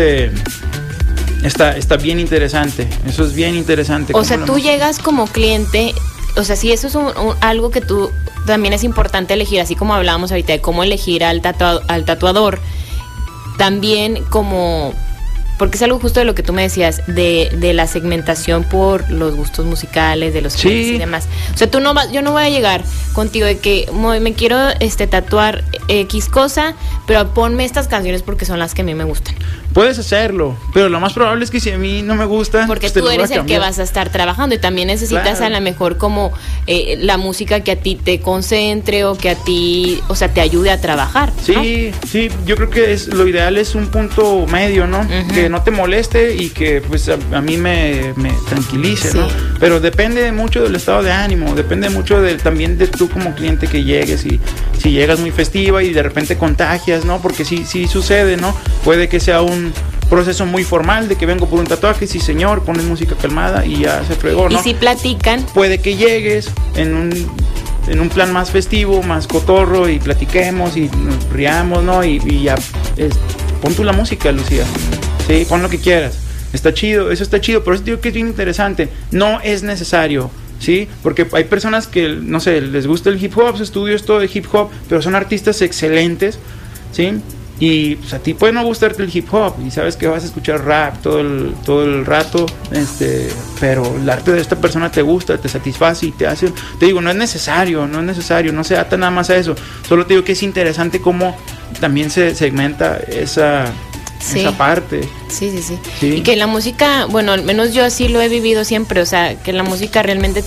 está bien interesante. Eso es bien interesante. O sea, tú llegas como cliente, o sea, si eso es algo que tú también es importante elegir, así como hablábamos ahorita de cómo elegir al tatuador, también como, porque es algo justo de lo que tú me decías, de la segmentación por los gustos musicales, de los clientes y demás. O sea, yo no voy a llegar contigo de que me quiero tatuar X cosa, pero ponme estas canciones porque son las que a mí me gustan. Puedes hacerlo, pero lo más probable es que si a mí no me gusta, porque pues tú eres el que vas a estar trabajando y también necesitas a lo mejor como la música que a ti te concentre o que a ti, o sea, te ayude a trabajar, ¿no? Sí, yo creo que lo ideal es un punto medio, ¿no? Que no te moleste y que pues a mí me tranquilice, ¿no? Pero depende mucho del estado de ánimo, depende mucho también de tú como cliente que llegues, y si llegas muy festiva y de repente contagias, ¿no? Porque sí sucede, ¿no? Puede que sea un proceso muy formal de que vengo por un tatuaje, sí señor, pones música calmada y ya se fregó, ¿no? Y si platican, puede que llegues en un plan más festivo, más cotorro, y platiquemos y nos riamos, ¿no? Y ya pon tú la música, Lucía. Sí, pon lo que quieras. Está chido, eso está chido, pero eso digo que es bien interesante. No es necesario, ¿sí? Porque hay personas que, no sé, les gusta el hip hop, su estudio es todo de hip hop, pero son artistas excelentes, ¿sí? Y pues a ti puede no gustarte el hip hop y sabes que vas a escuchar rap todo el rato, pero el arte de esta persona te gusta, te satisface y te hace, te digo, no es necesario, no se ata nada más a eso. Solo te digo que es interesante cómo también se segmenta esa parte. Sí. Y que la música, bueno, al menos yo así lo he vivido siempre, o sea, que la música realmente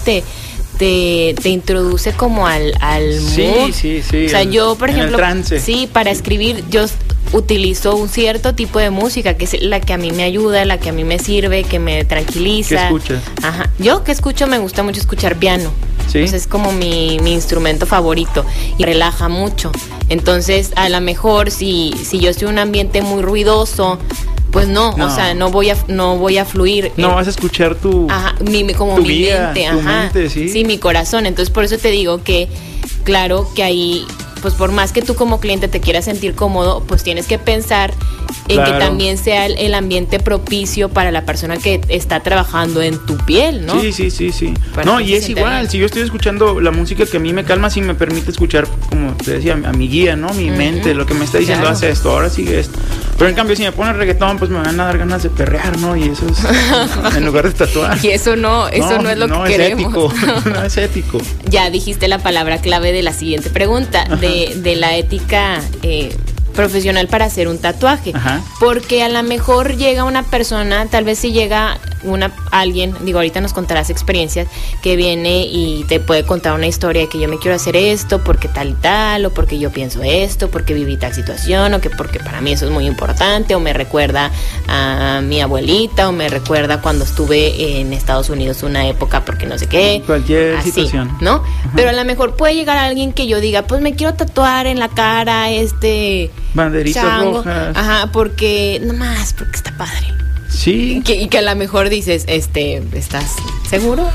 te introduce como al mood. Sí. O sea, yo, por ejemplo, trance. Sí, para escribir yo utilizo un cierto tipo de música que es la que a mí me ayuda, la que a mí me sirve, que me tranquiliza. ¿Qué escuchas? Ajá. Yo que escucho, me gusta mucho escuchar piano. ¿Sí? Entonces es como mi instrumento favorito y relaja mucho. Entonces, a lo mejor si yo estoy en un ambiente muy ruidoso, pues no, o sea, no voy a fluir. No vas a escuchar tu mente, sí, mi corazón. Entonces, por eso te digo que, claro, que ahí, pues por más que tú como cliente te quieras sentir cómodo, pues tienes que pensar en que también sea el ambiente propicio para la persona que está trabajando en tu piel, ¿no? Sí. No, y es igual, bien. Si yo estoy escuchando la música que a mí me calma, sí me permite escuchar, como te decía, a mi guía, ¿no? Mi mente, lo que me está diciendo, hace esto, ahora sigue esto. Pero en cambio, si me pone reggaetón, pues me van a dar ganas de perrear, ¿no? Y eso es en lugar de tatuar. Y eso no es lo que queremos. No es ético. Ya dijiste la palabra clave de la siguiente pregunta, de la ética profesional para hacer un tatuaje. Ajá. Porque a lo mejor llega una persona, tal vez si llega alguien, digo, ahorita nos contarás experiencias, que viene y te puede contar una historia de que yo me quiero hacer esto porque tal y tal, o porque yo pienso esto, porque viví tal situación, o que porque para mí eso es muy importante, o me recuerda a mi abuelita, o me recuerda cuando estuve en Estados Unidos una época porque no sé qué. Cualquier situación, ¿no? Ajá. Pero a lo mejor puede llegar alguien que yo diga, pues me quiero tatuar en la cara banderitas rojas. Ajá, porque está padre. Sí. Y que a lo mejor dices, ¿estás seguro?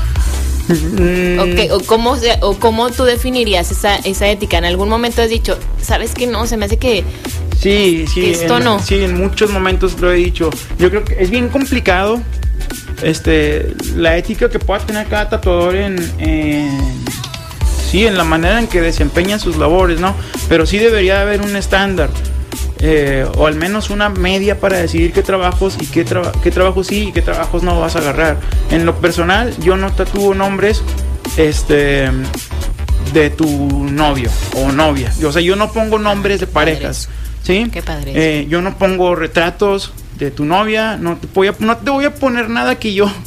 O cómo tú definirías esa ética. En algún momento has dicho, ¿sabes qué? No, se me hace que sí, que esto no. Sí, en muchos momentos lo he dicho. Yo creo que es bien complicado la ética que pueda tener cada tatuador en la manera en que desempeñan sus labores, ¿no? Pero sí debería haber un estándar, o al menos una media para decidir qué trabajos y qué trabajos sí y qué trabajos no vas a agarrar. En lo personal, yo no tatúo nombres de tu novio o novia. O sea, yo no pongo nombres de parejas, ¿sí? Qué padre. Yo no pongo retratos de tu novia, no te voy a poner nada que yo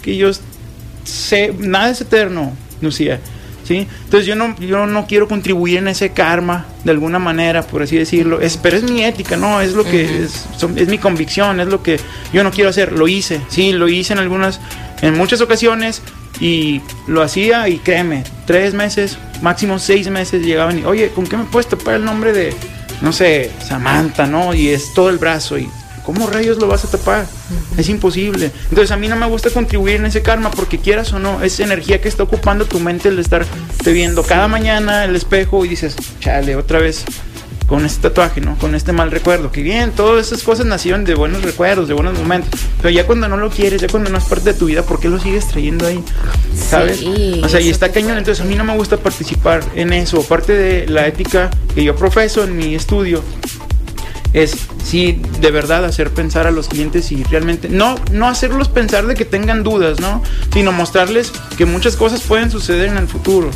sé, nada es eterno, Lucía, ¿sí? Entonces yo no quiero contribuir en ese karma de alguna manera, por así decirlo, pero es mi ética, ¿no? Es lo que es mi convicción, es lo que yo no quiero hacer. Lo hice en muchas ocasiones, y lo hacía, y créeme, 3 meses, máximo 6 meses llegaban y, oye, ¿con qué me puedes tapar el nombre de, no sé, Samantha, ¿no? Y es todo el brazo, y ¿cómo rayos lo vas a tapar? Es imposible. Entonces a mí no me gusta contribuir en ese karma, porque quieras o no, es energía que está ocupando tu mente el estar te viendo cada mañana el espejo y dices, chale, otra vez con este tatuaje, ¿no? Con este mal recuerdo. Que bien, todas esas cosas nacieron de buenos recuerdos, de buenos momentos. Pero ya cuando no lo quieres, ya cuando no es parte de tu vida, ¿por qué lo sigues trayendo ahí? ¿Sabes? Sí, o sea, y está cañón. Entonces a mí no me gusta participar en eso. Parte de la ética que yo profeso en mi estudio es, sí, de verdad hacer pensar a los clientes, y realmente no hacerlos pensar de que tengan dudas, ¿no? Sino mostrarles que muchas cosas pueden suceder en el futuro.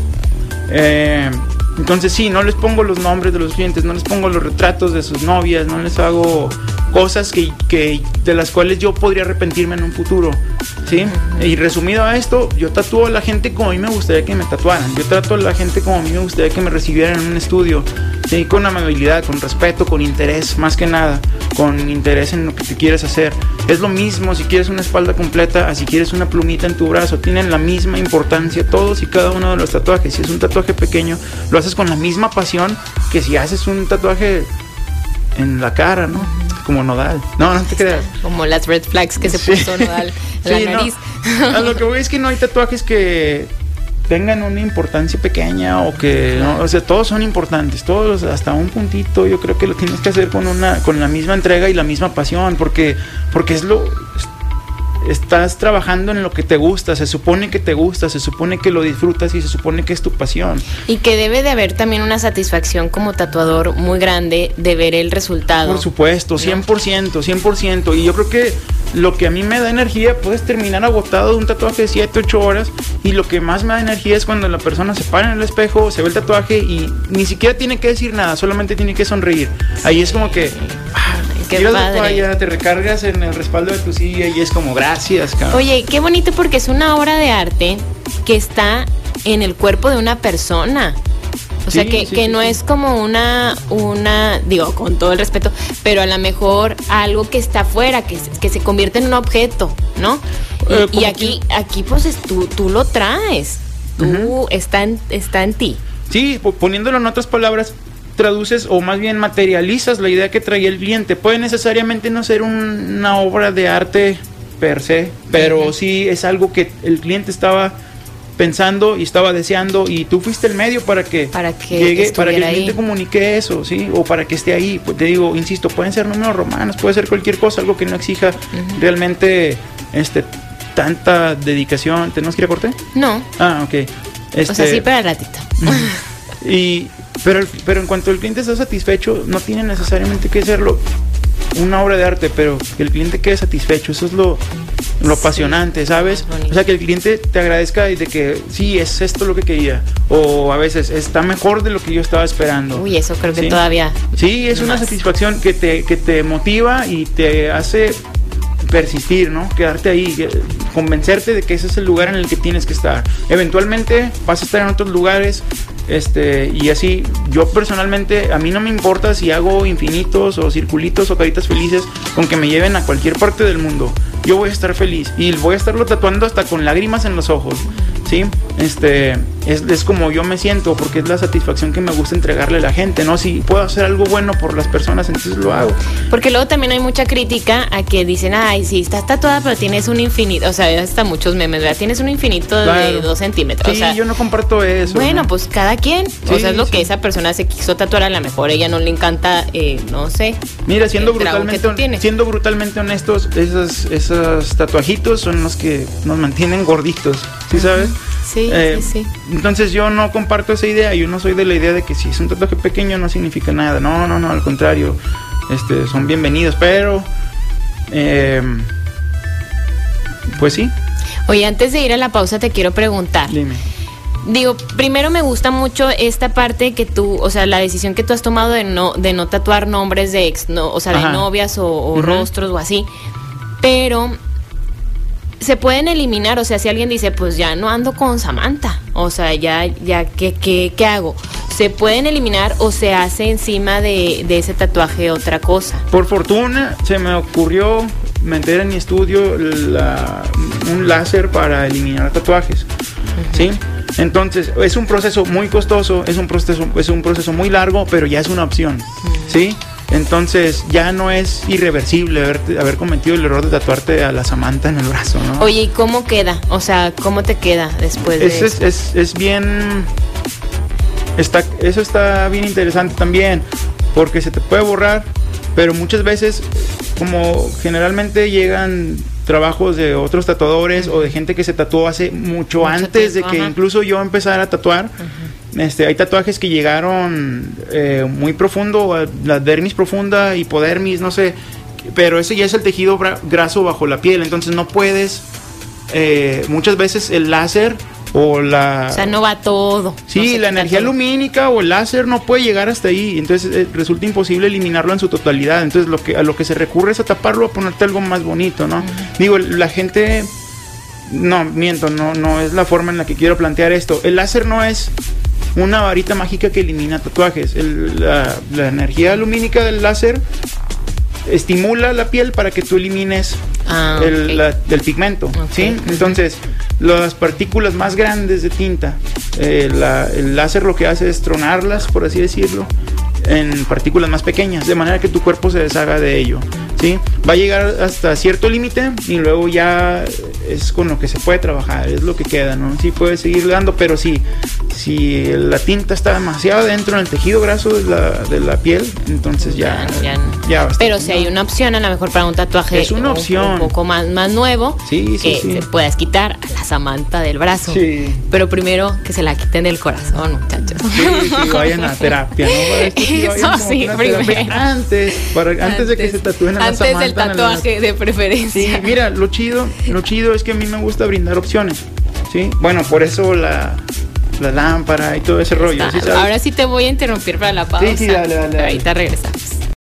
Entonces sí, no les pongo los nombres de los clientes, no les pongo los retratos de sus novias, no les hago cosas que de las cuales yo podría arrepentirme en un futuro, ¿sí? Y resumido a esto, yo tatúo a la gente como a mí me gustaría que me tatuaran. Yo trato a la gente como a mí me gustaría que me recibieran en un estudio, ¿sí? Con amabilidad, con respeto, con interés, más que nada, con interés en lo que te quieres hacer. Es lo mismo si quieres una espalda completa, a si quieres una plumita en tu brazo. Tienen la misma importancia todos y cada uno de los tatuajes. Si es un tatuaje pequeño, lo haces con la misma pasión que si haces un tatuaje en la cara, ¿no? Como Nodal. No te creas. Como las red flags que se puso Nodal en la nariz. No. A lo que voy es que no hay tatuajes que tengan una importancia pequeña o que, ¿no? O sea, todos son importantes, todos hasta un puntito. Yo creo que lo tienes que hacer con la misma entrega y la misma pasión, porque estás trabajando en lo que te gusta, se supone que te gusta, se supone que lo disfrutas y se supone que es tu pasión. Y que debe de haber también una satisfacción como tatuador muy grande de ver el resultado. Por supuesto, 100%. Y yo creo que lo que a mí me da energía, puedes terminar agotado de un tatuaje de 7-8 horas, y lo que más me da energía es cuando la persona se para en el espejo, se ve el tatuaje y ni siquiera tiene que decir nada, solamente tiene que sonreír. Ahí es como que tiras la toalla, te recargas en el respaldo de tu silla y es como gracias, cabrón. Oye, qué bonito, porque es una obra de arte que está en el cuerpo de una persona. O sea, que no es como una, digo, con todo el respeto, pero a lo mejor algo que está afuera, que se convierte en un objeto, ¿no? Y aquí pues tú lo traes, está en ti. Sí, poniéndolo en otras palabras, traduces o más bien materializas la idea que traía el cliente. Puede necesariamente no ser una obra de arte per se, pero sí es algo que el cliente estaba pensando y estaba deseando, y tú fuiste el medio para que llegue, para que el cliente comunique eso, ¿sí? O para que esté ahí. Pues te digo, insisto, pueden ser números romanos, puede ser cualquier cosa, algo que no exija realmente tanta dedicación. ¿Tenemos que ir a corte? No. Ah, ok. O sea, sí, para el ratito. Pero en cuanto el cliente está satisfecho, no tiene necesariamente que serlo una obra de arte, pero que el cliente quede satisfecho, eso es lo apasionante, ¿sabes? O sea, que el cliente te agradezca y de que sí, es esto lo que quería, o a veces está mejor de lo que yo estaba esperando. Uy, eso creo que todavía. Sí, es una satisfacción que te motiva y te hace persistir, ¿no? Quedarte ahí, convencerte de que ese es el lugar en el que tienes que estar. Eventualmente vas a estar en otros lugares, y así. Yo personalmente, a mí no me importa si hago infinitos o circulitos o caritas felices, con que me lleven a cualquier parte del mundo. Yo voy a estar feliz y voy a estarlo tatuando hasta con lágrimas en los ojos, Sí, es como yo me siento, porque es la satisfacción que me gusta entregarle a la gente, ¿no? Si puedo hacer algo bueno por las personas, entonces lo hago. Porque luego también hay mucha crítica a que dicen, ay, sí, estás tatuada, pero tienes un infinito, o sea, hasta muchos memes, ¿verdad? Tienes un infinito de 2 centímetros. Sí, o sea, yo no comparto eso. Bueno, ¿no? Pues cada quien, Sí, o sea, es lo sí. que esa persona se quiso tatuar, a lo mejor ella no le encanta, no sé. Mira, el dragón que tú tienes. siendo brutalmente honestos, esos tatuajitos son los que nos mantienen gorditos, ¿sí sabes? Sí, sí. Entonces yo no comparto esa idea, yo no soy de la idea de que si es un tatuaje pequeño no significa nada, no, al contrario, son bienvenidos, pero pues sí. Oye, antes de ir a la pausa te quiero preguntar. Dime. Digo, primero me gusta mucho esta parte que tú, o sea, la decisión que tú has tomado de no tatuar nombres de ex, no, o sea, Ajá. de novias o Ujú. rostros o así, pero se pueden eliminar, o sea, si alguien dice, pues ya no ando con Samantha, o sea, ya, ¿qué hago? ¿Se pueden eliminar o se hace encima de ese tatuaje otra cosa? Por fortuna se me ocurrió meter en mi estudio un láser para eliminar tatuajes, ¿sí? Entonces es un proceso muy costoso, es un proceso muy largo, pero ya es una opción, ¿sí? Entonces ya no es irreversible haber cometido el error de tatuarte a la Samantha en el brazo, ¿no? Oye, ¿y cómo queda? O sea, ¿cómo te queda después de eso? Es bien... Eso está bien interesante también, porque se te puede borrar, pero muchas veces, como generalmente llegan trabajos de otros tatuadores o de gente que se tatuó hace mucho antes tiempo, de que ajá. incluso yo empezara a tatuar. Hay tatuajes que llegaron muy profundo, la dermis profunda, hipodermis, no sé, pero ese ya es el tejido graso bajo la piel, entonces no puedes, muchas veces el láser o sea, no va todo. Sí, no se la quita energía todo. lumínica o el láser no puede llegar hasta ahí, entonces resulta imposible eliminarlo en su totalidad, entonces a lo que se recurre es a taparlo, a ponerte algo más bonito, ¿no? Digo, la gente... No, miento, no es la forma en la que quiero plantear esto. El láser no es una varita mágica que elimina tatuajes. La energía lumínica del láser estimula la piel para que tú elimines el pigmento, ¿sí? Entonces, las partículas más grandes de tinta, el láser lo que hace es tronarlas, por así decirlo, en partículas más pequeñas, de manera que tu cuerpo se deshaga de ello, ¿sí? Va a llegar hasta cierto límite y luego ya es con lo que se puede trabajar, es lo que queda, ¿no? Sí puedes seguir dando, pero si la tinta está demasiado dentro en el tejido graso de la piel, entonces ya basta. Pero si hay una opción, a lo mejor para un tatuaje es una opción un poco más nuevo, sí. te puedas quitar a la Samantha del brazo. Sí. Pero primero que se la quiten del corazón, muchachos. Sí, vayan a terapia, ¿no? Eso sí, primero. Antes de que se tatúen a la Samantha. Antes del tatuaje, de preferencia. Sí, mira, lo chido es que a mí me gusta brindar opciones, ¿sí? Bueno, por eso la lámpara y todo ese rollo, ¿sí sabes? Ahora sí te voy a interrumpir para la pausa. Sí, dale. Ahorita regresamos.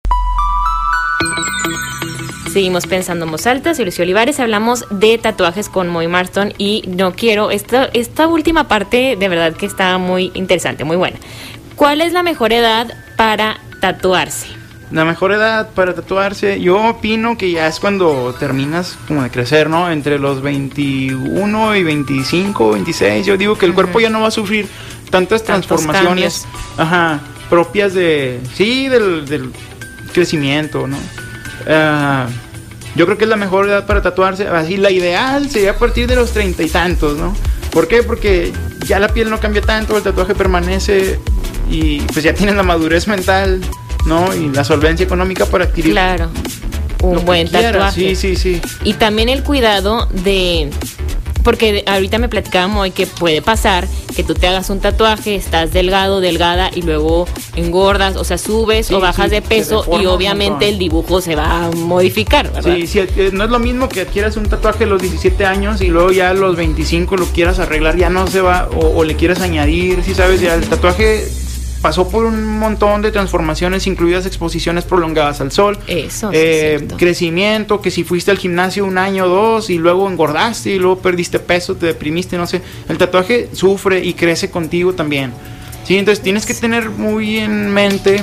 Seguimos pensando en voz alta, soy Lucía Olivares, hablamos de tatuajes con Moy Marston y no quiero, esta última parte de verdad que está muy interesante, muy buena. ¿Cuál es la mejor edad para tatuarse? La mejor edad para tatuarse, yo opino que ya es cuando terminas como de crecer, ¿no? Entre los 21 y 25, 26, yo digo que el cuerpo ya no va a sufrir tantas transformaciones, propias del crecimiento, ¿no? Yo creo que es la mejor edad para tatuarse. Así, la ideal sería a partir de los 30 y tantos, ¿no? ¿Por qué? Porque ya la piel no cambia tanto, el tatuaje permanece y pues ya tienes la madurez mental, ¿no? Y la solvencia económica para adquirir. Claro, un buen tatuaje. Sí. Y también el cuidado de... Porque ahorita me platicábamos hoy que puede pasar que tú te hagas un tatuaje, estás delgado, delgada y luego engordas, o sea, subes o bajas de peso y obviamente el dibujo se va a modificar, ¿verdad? Sí, no es lo mismo que adquieras un tatuaje a los 17 años y luego ya a los 25 lo quieras arreglar, ya no se va, o le quieras añadir, ¿sí sabes? Ya el tatuaje pasó por un montón de transformaciones, incluidas exposiciones prolongadas al sol. Eso, sí es cierto. Crecimiento, que si fuiste al gimnasio un año o dos y luego engordaste y luego perdiste peso, te deprimiste, no sé. El tatuaje sufre y crece contigo también. Sí, entonces tienes que tener muy en mente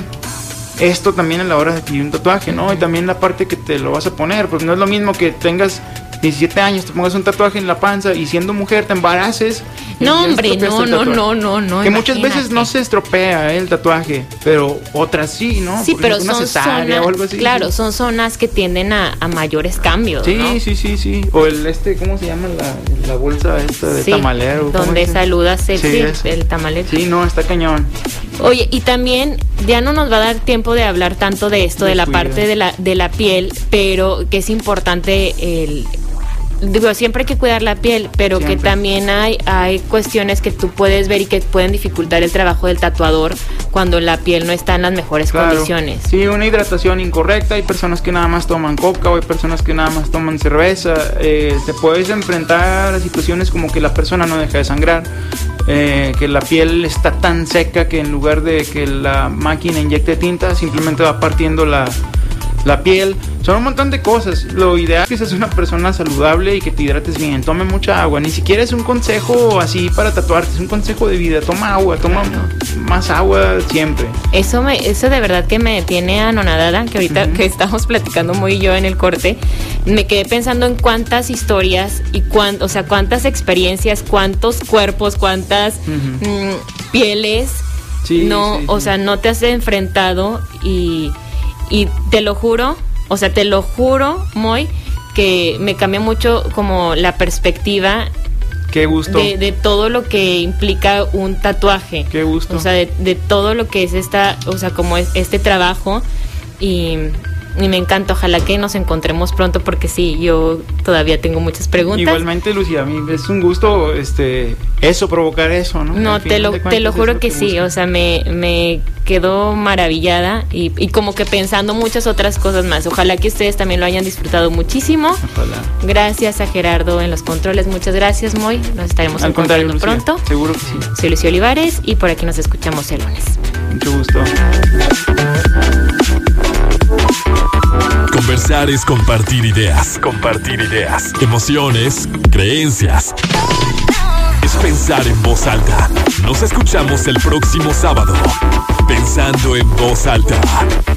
esto también a la hora de adquirir un tatuaje, ¿no? Y también la parte que te lo vas a poner, porque no es lo mismo que tengas 17 años te pongas un tatuaje en la panza y siendo mujer te embaraces. No, hombre, no. Que muchas veces no se estropea el tatuaje, pero otras sí, ¿no? Sí, por pero ejemplo, son zonas, o algo así. claro, Sí. son zonas que tienden a mayores cambios, Sí, ¿no? sí. O el ¿cómo se llama la bolsa esta de Sí, tamalero? ¿Cómo donde es? saludas el tamalero. Sí, no, está cañón. Oye, y también ya no nos va a dar tiempo de hablar tanto de esto, de la parte de la piel, pero que es importante digo, siempre hay que cuidar la piel, pero Siempre. que también hay cuestiones que tú puedes ver y que pueden dificultar el trabajo del tatuador cuando la piel no está en las mejores condiciones. Sí, una hidratación incorrecta, hay personas que nada más toman coca o hay personas que nada más toman cerveza, te puedes enfrentar a situaciones como que la persona no deja de sangrar, que la piel está tan seca que en lugar de que la máquina inyecte tinta, simplemente va partiendo la piel. Son un montón de cosas. Lo ideal es que seas una persona saludable y que te hidrates bien. Tome mucha agua. Ni siquiera es un consejo así para tatuarte, es un consejo de vida. Toma agua, toma más agua siempre. Eso de verdad que me tiene anonadada, que ahorita que estamos platicando muy y yo en el corte, me quedé pensando en cuántas historias y cuántas experiencias, cuántos cuerpos, cuántas pieles Sí. no te has enfrentado y te lo juro, Moy, que me cambió mucho como la perspectiva. Qué gusto. De todo lo que implica un tatuaje. Qué gusto. O sea, de todo lo que es como es este trabajo y me encanta. Ojalá que nos encontremos pronto porque sí, yo todavía tengo muchas preguntas. Igualmente, Lucía, a mí es un gusto provocar eso, ¿no? No, te lo juro que sí, o sea, me quedó maravillada y como que pensando muchas otras cosas más. Ojalá que ustedes también lo hayan disfrutado muchísimo. Ojalá. Gracias a Gerardo en los controles, muchas gracias, Moy. Nos estaremos encontrando pronto. Seguro que sí. Soy Lucía Olivares y por aquí nos escuchamos el lunes. Mucho gusto. Conversar es compartir ideas, emociones, creencias. Es pensar en voz alta. Nos escuchamos el próximo sábado. Pensando en voz alta.